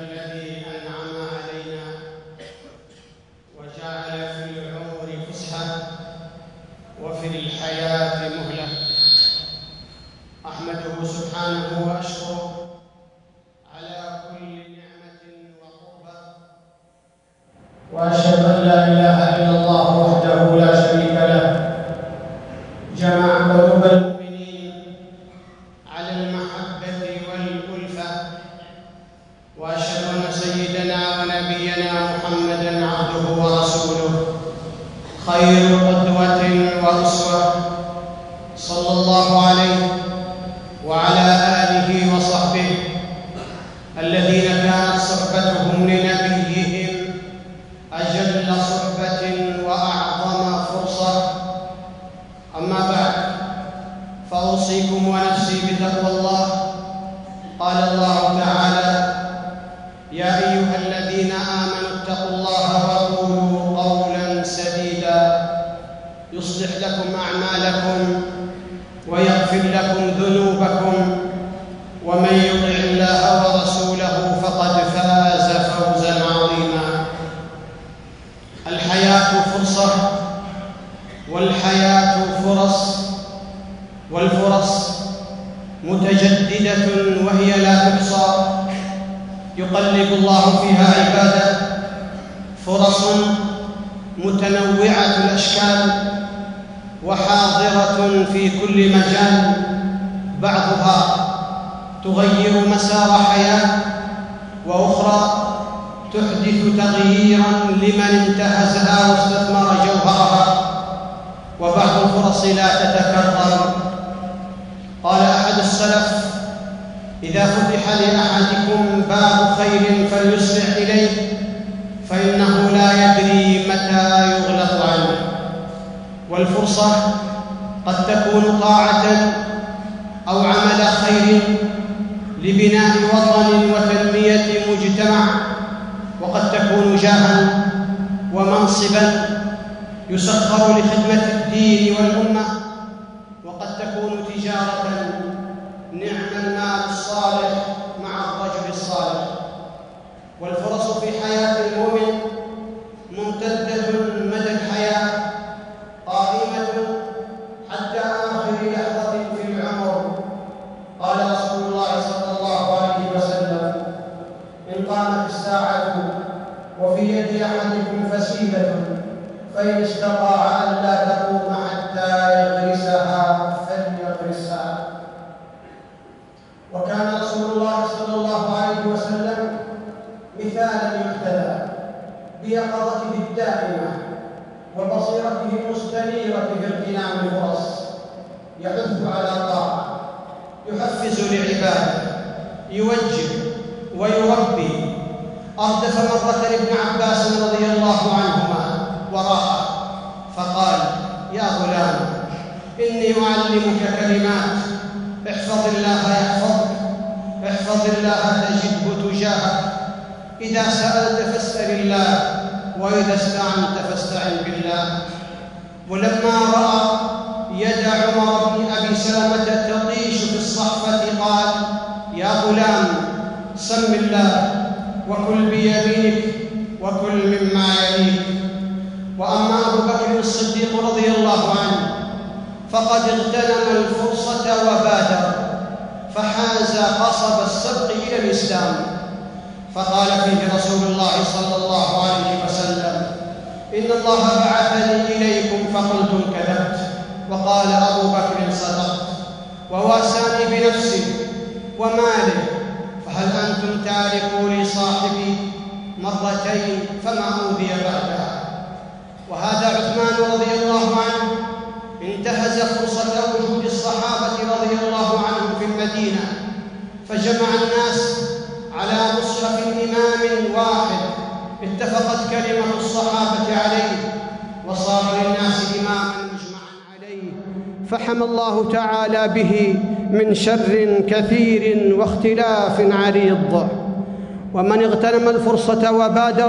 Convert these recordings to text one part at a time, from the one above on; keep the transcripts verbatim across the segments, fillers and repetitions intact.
الذي أنعم علينا وجعل في العمر فسحة وفي الحياة مهلة. أحمده سبحانه وأشكره على كل نعمة وقربة، وأشهد أن لا إله إلا الله وحده لا شريك له، جمع قلوب المؤمنين على المحبة والألفة. وأشهد أن سيدنا ونبينا محمدًا عبده ورسوله، خير قدوة وأسوة، صلى الله عليه وعلى آله وصحبه الذين كانت صحبتهم لنبيهم أجل صحبة وأعظم فرصة. أما بعد، فأوصيكم ونفسي بتقوى الله. قال الله تعالى: يا أيها الذين آمنوا اتقوا الله وقولوا قولا سديدا يصلح لكم أعمالكم ويغفر لكم ذنوبكم، ومن يطع الله ورسوله فقد فاز فوزا عظيما. الحياة فرصة، والحياة فرص، والفرص متجددة وهي لا تحصى، يقلب الله فيها عباده. فرص متنوعة الأشكال وحاضرة في كل مجال، بعضها تغير مسار حياة، وأخرى تحدث تغييرا لمن انتهزها واستثمر جوهرها، وبعض الفرص لا تتكرر. قال أحد السلف: إذا فتح لأحدكم باب خير فليسرع إليه، فإنه لا يدري متى يغلق عنه. والفرصة قد تكون طاعة أو عمل خير لبناء وطن وتنمية مجتمع، وقد تكون جاها ومنصبا يسخر لخدمة الدين والأمة، وقد تكون تجارة نعم المال الصالح مع الرجل الصالح. والفرص في حياة المؤمن ممتدة مدى الحياة، قائمة حتى آخر لحظة في العمر. قال رسول الله صلى الله عليه وسلم: إن قامت الساعة وفي يد أحدكم فسيلة فإن استطاع أن لا تقوم حتى يغرسها فليغرسها. وكان رسول الله صلى الله عليه وسلم مثالا يحتذى بيقظته الدائمة وبصيرته المستنيرة في اغتنام الفرص، يحث على الطاعة، يحفز لعباده، يوجه ويربي. أردف مرة ابن عباس رضي الله عنهما وراءه فقال: يا غلام، إني أعلمك كلمات، احفظ الله يحفظك، احفظ الله تجده تجاهك، إذا سألت فاسأل الله، وإذا استعنت فاستعن بالله. ولما رأى يد عمر بن أبي سلمة تطيش في الصحفة قال: يا غلام، سم الله وكل بيمينك وكل مما يليك. وأما أبو بكر الصديق رضي الله عنه فقد اغتنم الفرصة وبادر، فحاز قصب السبق إلى الإسلام. فقال فيه رسول الله صلى الله عليه وسلم: إن الله بعثني إليكم فقلتم كذبت. وقال أبو بكر: صدقت، وواساني بنفسي وماله، فهل أنتم تاركوا لي صاحبي مرتين فما أوذي بعدها. وهذا عثمان رضي الله عنه انتهز فرصة وجود الصحابة رضي الله عنهم في المدينة، فجمع الناس على مصحف إمام واحد اتفقت كلمة الصحابة عليه، وصار للناس إماماً مجمعاً عليه، فحمى الله تعالى به من شر كثير واختلاف عريض. ومن اغتنم الفرصة وبادر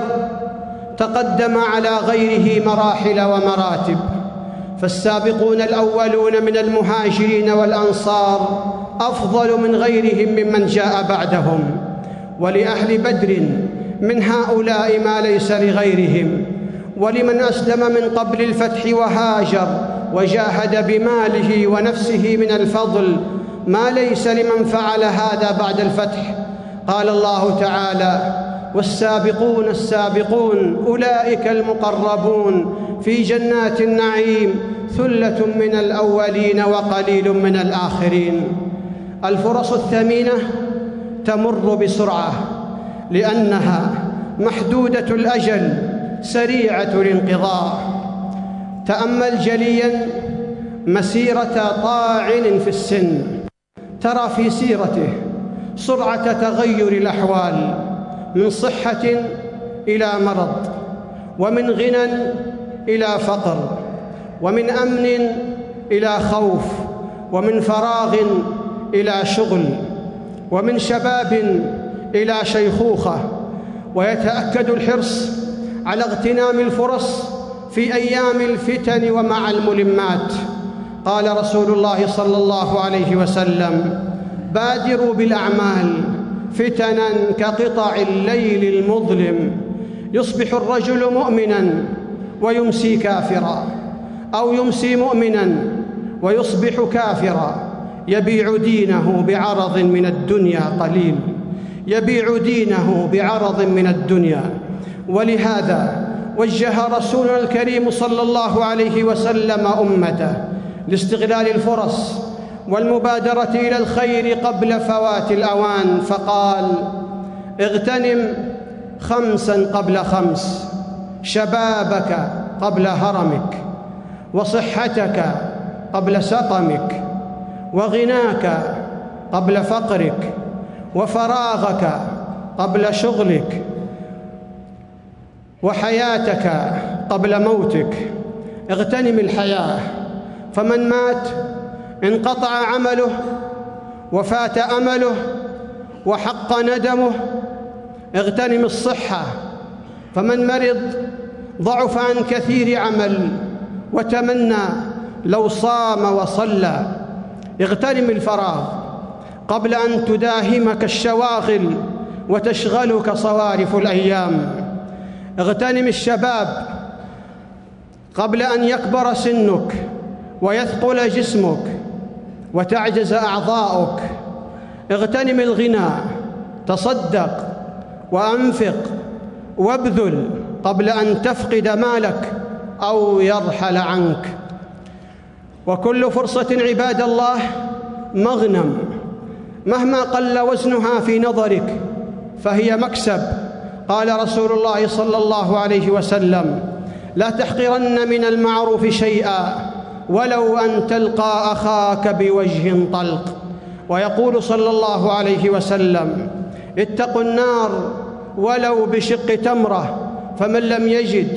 تقدم على غيره مراحل ومراتب. فالسابقون الأولون من المهاجرين والأنصار أفضل من غيرهم ممن جاء بعدهم، ولأهل بدر من هؤلاء ما ليس لغيرهم، ولمن أسلم من قبل الفتح وهاجر وجاهد بماله ونفسه من الفضل ما ليس لمن فعل هذا بعد الفتح. قال الله تعالى: والسابقون السابقون أولئك المقربون في جنات النعيم ثلة من الأولين وقليل من الآخرين. الفرص الثمينة تمر بسرعة لأنها محدودة الأجل سريعة الانقضاء. تأمل جلياً مسيرة طاعن في السن، ترى في سيرته سرعة تغير الأحوال، من صحة إلى مرض، ومن غنى إلى فقر، ومن أمن إلى خوف، ومن فراغ إلى شغل، ومن شباب إلى شيخوخة. ويتأكد الحرص على اغتنام الفرص في أيام الفتن ومع الملمات. قال رسول الله صلى الله عليه وسلم: بادروا بالأعمال فتنا كقطع الليل المظلم، يصبح الرجل مؤمنا ويمسي كافرا، أو يمسي مؤمنا ويصبح كافرا، يبيع دينه بعرض من الدنيا قليل، يبيع دينه بعرض من الدنيا. ولهذا وجه رسولنا الكريم صلى الله عليه وسلم أمته لاستغلال الفرص والمبادرة إلى الخير قبل فوات الأوان، فقال: اغتنم خمساً قبل خمس، شبابك قبل هرمك، وصحتك قبل سقمك، وغناك قبل فقرك، وفراغك قبل شغلك، وحياتك قبل موتك. اغتنم الحياة، فمن مات انقطع عمله وفات أمله وحق ندمه. اغتنم الصحة، فمن مرض ضعف عن كثير عمل وتمنى لو صام وصلى. اغتنم الفراغ قبل أن تداهمك الشواغل وتشغلك صوارف الأيام. اغتنم الشباب قبل أن يكبر سنك ويثقل جسمك وتعجز أعضاؤك. اغتنم الغنى، تصدق وأنفق وابذل قبل أن تفقد مالك أو يرحل عنك. وكل فرصة عباد الله مغنم، مهما قل وزنها في نظرك فهي مكسب. قال رسول الله صلى الله عليه وسلم: لا تحقرن من المعروف شيئا ولو أن تلقى أخاك بوجه طلق. ويقول صلى الله عليه وسلم: اتقوا النار ولو بشق تمرة، فمن لم يجد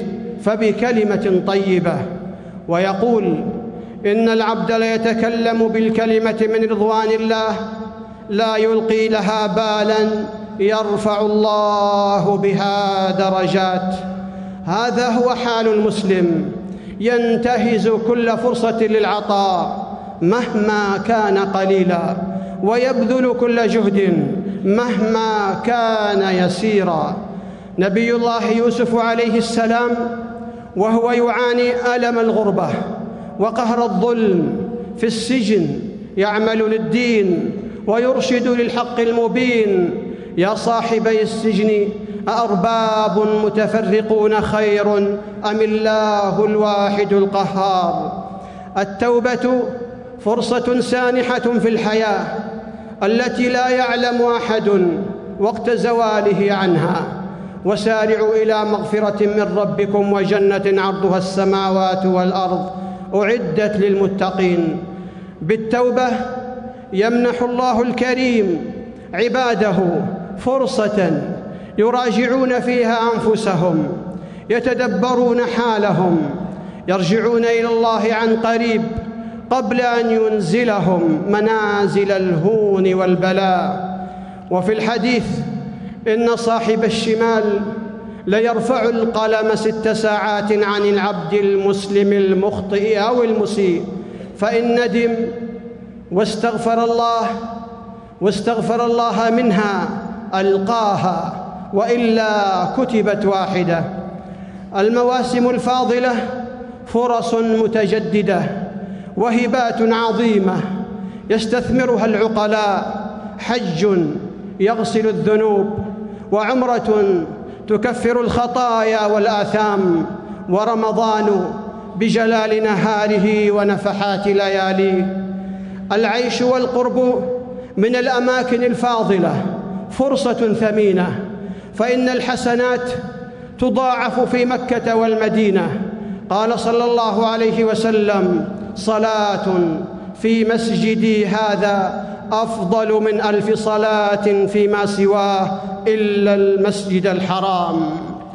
فبكلمة طيبة. ويقول: إن العبد ليتكلم بالكلمة من رضوان الله لا يلقي لها بالا يرفع الله بها درجات. هذا هو حال المسلم، ينتهز كل فرصة للعطاء مهما كان قليلا، ويبذل كل جهد مهما كان يسيرا. نبي الله يوسف عليه السلام وهو يعاني ألم الغربة وقهر الظلم في السجن يعمل للدين ويرشد للحق المبين: يا صاحبي السجن أأرباب متفرقون خير أم الله الواحد القهار. التوبة فرصة سانحة في الحياة التي لا يعلم أحد وقت زواله عنها. وسارعوا إلى مغفرة من ربكم وجنة عرضها السماوات والأرض أعدت للمتقين. بالتوبة يمنح الله الكريم عباده فرصة يراجعون فيها أنفسهم، يتدبرون حالهم، يرجعون إلى الله عن قريب قبل أن ينزلهم منازل الهون والبلاء. وفي الحديث: إن صاحب الشمال ليرفع القلم ست ساعات عن العبد المسلم المخطئ أو المسيء، فإن ندم واستغفر الله واستغفر الله منها ألقاها وإلا كتبت واحدة. المواسم الفاضلة فرص متجددة وهبات عظيمة يستثمرها العقلاء، حج يغسل الذنوب، وعمرة تكفر الخطايا والآثام، ورمضان بجلال نهاره ونفحات لياليه. العيش والقرب من الأماكن الفاضلة فرصة ثمينة، فإن الحسنات تضاعف في مكة والمدينة. قال صلى الله عليه وسلم: صلاة في مسجدي هذا أفضل من ألف صلاة فيما سواه إلا المسجد الحرام،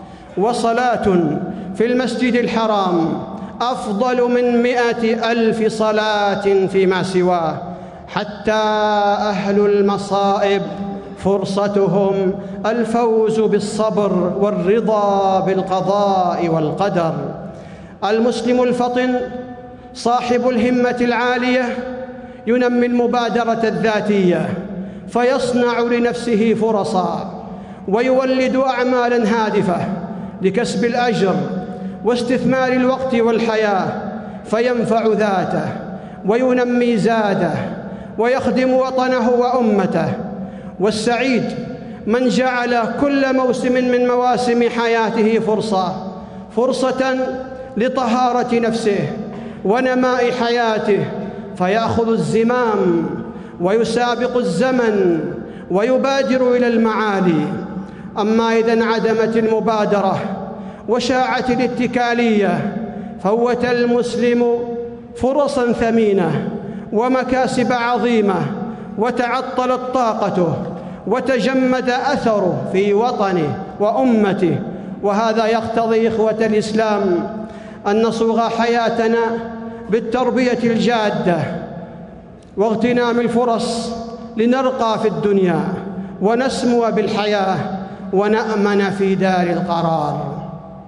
وصلاة في المسجد الحرام أفضل من مئة ألف صلاة فيما سواه. حتى أهل المصائب فرصتهم الفوز بالصبر والرضا بالقضاء والقدر. المسلم الفطن صاحب الهمة العالية ينمي المبادرة الذاتية، فيصنع لنفسه فرصا ويولد أعمالاً هادفة لكسب الأجر واستثمار الوقت والحياة، فينفع ذاته وينمي زاده ويخدم وطنه وأمته. والسعيد من جعل كل موسم من مواسم حياته فرصة فرصة لطهارة نفسه ونماء حياته، فيأخذ الزمام ويسابق الزمن ويبادر إلى المعالي. أما إذا انعدمت المبادرة وشاعت الاتكالية، فوت المسلم فرصا ثمينة ومكاسب عظيمة، وتعطلت طاقته وتجمد أثره في وطنه وأمته. وهذا يقتضي إخوة الإسلام أن نصوغ حياتنا بالتربية الجادة واغتنام الفرص لنرقى في الدنيا ونسمو بالحياة ونأمن في دار القرار.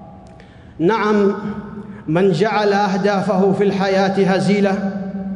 نعم، من جعل أهدافه في الحياة هزيلة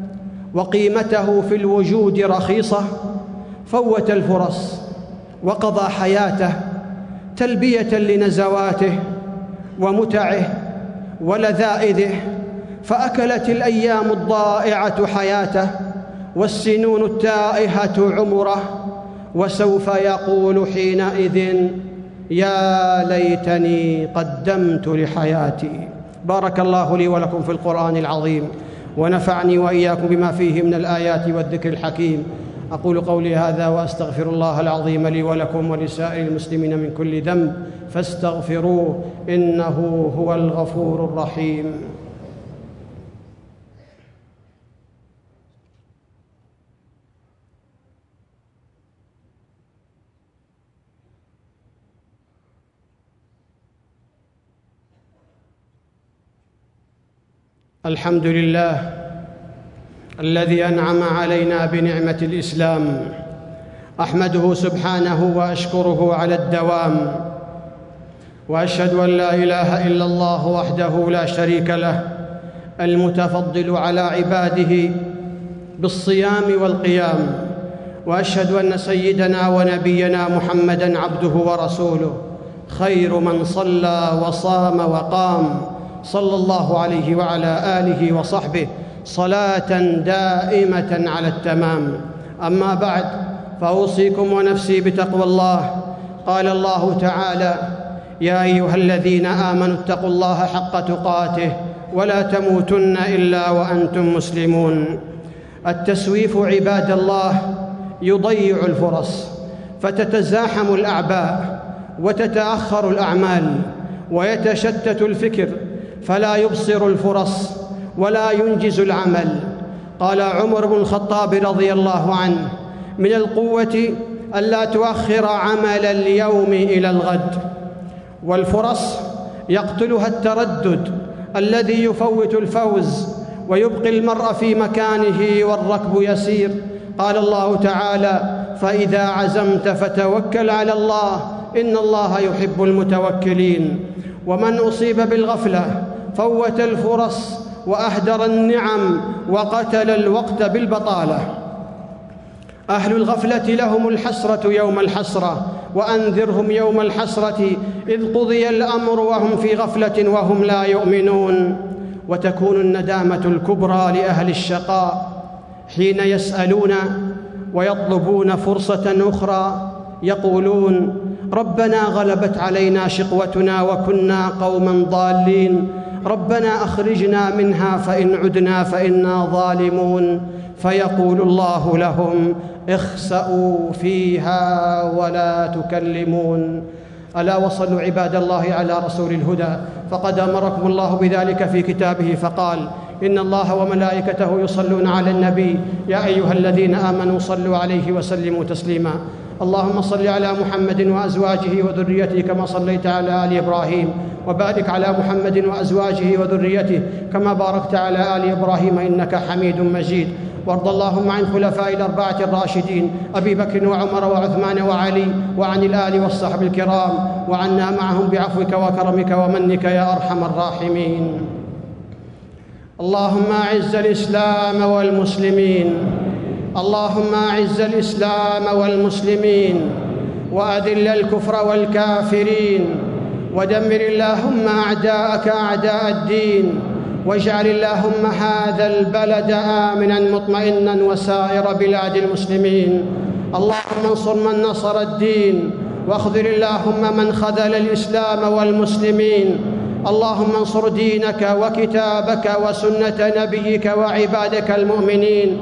وقيمته في الوجود رخيصة فوت الفرص وقضى حياته تلبية لنزواته ومتعه ولذائذه، فأكلت الأيام الضائعة حياته والسنون التائهة عمره، وسوف يقول حينئذ: يا ليتني قدمت لحياتي. بارك الله لي ولكم في القرآن العظيم، ونفعني وإياكم بما فيه من الآيات والذكر الحكيم. أقول قولي هذا وأستغفر الله العظيم لي ولكم ولسائر المسلمين من كل ذنب فاستغفروه إنه هو الغفور الرحيم. الحمد لله الذي أنعم علينا بنعمة الإسلام، أحمده سبحانه وأشكره على الدوام، وأشهد أن لا إله إلا الله وحده لا شريك له، المتفضل على عباده بالصيام والقيام، وأشهد أن سيدنا ونبينا محمدًا عبده ورسوله، خير من صلى وصام وقام، صلى الله عليه وعلى آله وصحبه صلاة دائمة على التمام. أما بعد، فأوصيكم ونفسي بتقوى الله. قال الله تعالى: يا أيها الذين آمنوا اتقوا الله حق تقاته ولا تموتن إلا وأنتم مسلمون. التسويف عباد الله يضيع الفرص، فتتزاحم الأعباء وتتأخر الأعمال ويتشتت الفكر، فلا يبصر الفرص ولا ينجز العمل. قال عمر بن الخطاب رضي الله عنه: من القوة ألا تؤخر عمل اليوم إلى الغد. والفرص يقتلها التردد الذي يفوت الفوز ويبقي المرء في مكانه والركب يسير. قال الله تعالى: فإذا عزمت فتوكل على الله إن الله يحب المتوكلين. ومن أصيب بالغفلة فوت الفرص وأهدر النعم وقتل الوقت بالبطالة. أهل الغفلة لهم الحسرة يوم الحسرة وأنذرهم يوم الحسرة إذ قضي الأمر وهم في غفلة وهم لا يؤمنون. وتكون الندامة الكبرى لأهل الشقاء حين يسألون ويطلبون فرصة أخرى، يقولون: ربنا غلبت علينا شقوتنا وكنا قوما ضالين، ربنا أخرجنا منها فإن عدنا فإنا ظالمون. فيقول الله لهم: اخسأوا فيها ولا تكلمون. ألا وصلوا عباد الله على رسول الهدى، فقد أمركم الله بذلك في كتابه فقال: إن الله وملائكته يصلون على النبي يا أيها الذين آمنوا صلوا عليه وسلموا تسليما. اللهم صل على محمد وأزواجه وذريته كما صليت على آل إبراهيم، وبارك على محمد وأزواجه وذريته كما باركت على آل إبراهيم إنك حميد مجيد. وارض اللهم عن خلفاء الأربعة الراشدين أبي بكر وعمر وعثمان وعلي، وعن الآل والصحب الكرام، وعنا معهم بعفوك وكرمك ومنك يا أرحم الراحمين. اللهم أعز الإسلام والمسلمين، اللهم أعز الإسلام والمسلمين، وأذل الكفر والكافرين، ودمر اللهم أعداءك أعداء الدين، واجعل اللهم هذا البلد آمناً مطمئناً وسائر بلاد المسلمين. اللهم انصر من نصر الدين، واخذل اللهم من خذل الإسلام والمسلمين. اللهم انصر دينك وكتابك وسنة نبيك وعبادك المؤمنين.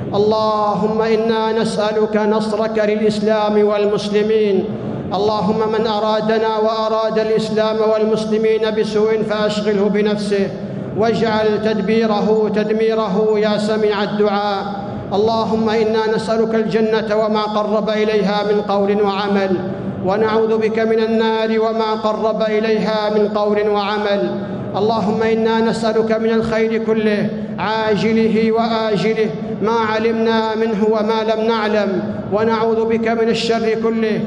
اللهم إنا نسألك نصرك للإسلام والمسلمين. اللهم من أرادنا وأراد الإسلام والمسلمين بسوء فأشغله بنفسه، واجعل تدبيره تدميره يا سميع الدعاء. اللهم إنا نسألك الجنة وما قرب إليها من قول وعمل، ونعوذ بك من النار وما قرب إليها من قول وعمل. اللهم إنا نسألك من الخير كله عاجله وآجله ما علمنا منه وما لم نعلم، ونعوذ بك من الشر كله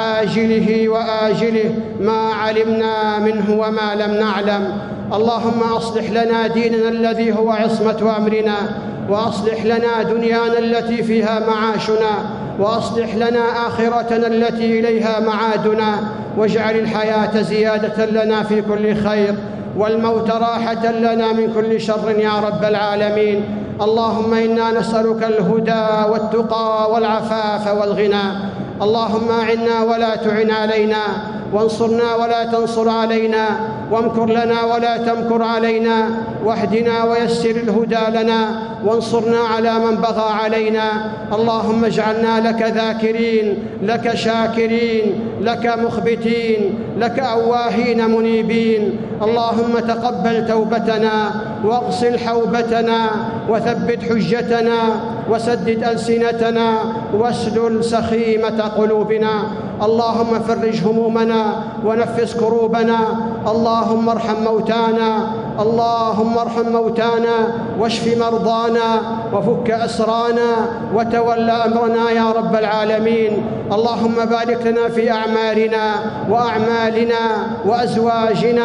عاجله وآجله ما علمنا منه وما لم نعلم. اللهم أصلح لنا ديننا الذي هو عصمة أمرنا، وأصلح لنا دنيانا التي فيها معاشنا، وأصلح لنا آخرتنا التي إليها معادنا، واجعل الحياة زيادة لنا في كل خير، والموت راحة لنا من كل شر يا رب العالمين. اللهم إنا نسألك الهدى والتقى والعفاف والغنى. اللهم أعنا ولا تعن علينا، وانصرنا ولا تنصر علينا، وامكر لنا ولا تمكر علينا، واهدنا ويسر الهدى لنا، وانصرنا على من بغى علينا. اللهم اجعلنا لك ذاكرين، لك شاكرين، لك مخبتين، لك أواهين منيبين. اللهم تقبل توبتنا، واغسل حوبتنا، وثبت حجتنا، وسدد ألسنتنا، واسلل سخيمة قلوبنا. اللهم فرج همومنا ونفس كروبنا. اللهم ارحم موتانا، اللهم ارحم موتانا، واشف مرضانا، وفك أسرانا، وتول أمرنا يا رب العالمين. اللهم بارك لنا في أعمالنا وأعمالنا وأزواجنا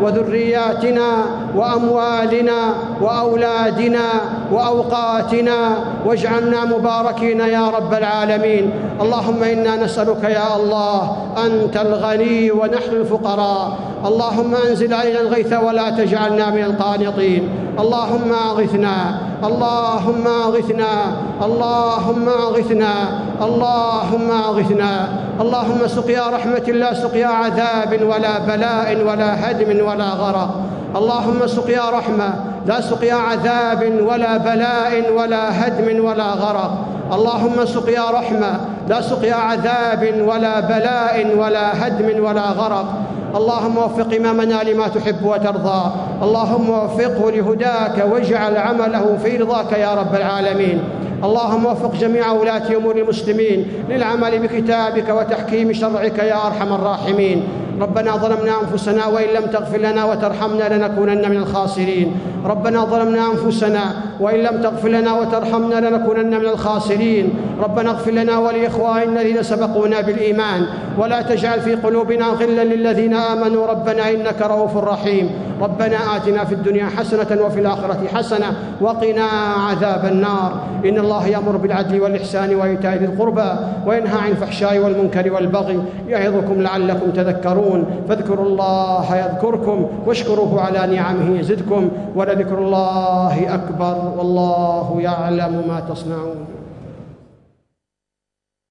وذرياتنا وأموالنا وأولادنا وأوقاتنا، واجعلنا مباركين يا رب العالمين. اللهم إنا نسألك يا الله، أنت الغني ونحن الفقراء، اللهم أنزل علينا الغيث ولا تجعلنا من القانطين. اللهم أغثنا، اللهم أغثنا، اللهم أغثنا، اللهم أغثنا. اللهم سقيا رحمة لا سقيا عذاب ولا بلاء ولا هدم ولا غرق. اللهم سقيا رحمة لا سقيا عذاب ولا بلاء ولا هدم ولا غرق. اللهم سقيا رحمة لا سقيا عذاب ولا بلاء ولا هدم ولا غرق. اللهم وفق إمامنا لما تحب وترضى، اللهم وفقه لهداك، واجعل عمله في رضاك يا رب العالمين. اللهم وفق جميع ولاة أمور المسلمين للعمل بكتابك وتحكيم شرعك يا أرحم الراحمين. ربنا ظلمنا أنفسنا وإن لم تغفر لنا وترحمنا لنكونن من الخاسرين ربنا ظلمنا أنفسنا وإن لم تغفر لنا وترحمنا لنكونن من الخاسرين ربنا اغفر لنا ولإخواننا الذين سبقونا بالإيمان ولا تجعل في قلوبنا غلا للذين آمنوا ربنا إنك رؤوف رحيم ربنا آتنا في الدنيا حسنة وفي الآخرة حسنة وقنا عذاب النار إن الله يأمر بالعدل والإحسان وإيتاء ذي القربى وينهى عن الفحشاء والمنكر والبغي يعظكم لعلكم تذكرون فاذكروا الله يذكركم واشكروه على نعمه يزدكم ولذكر الله أكبر والله يعلم ما تصنعون.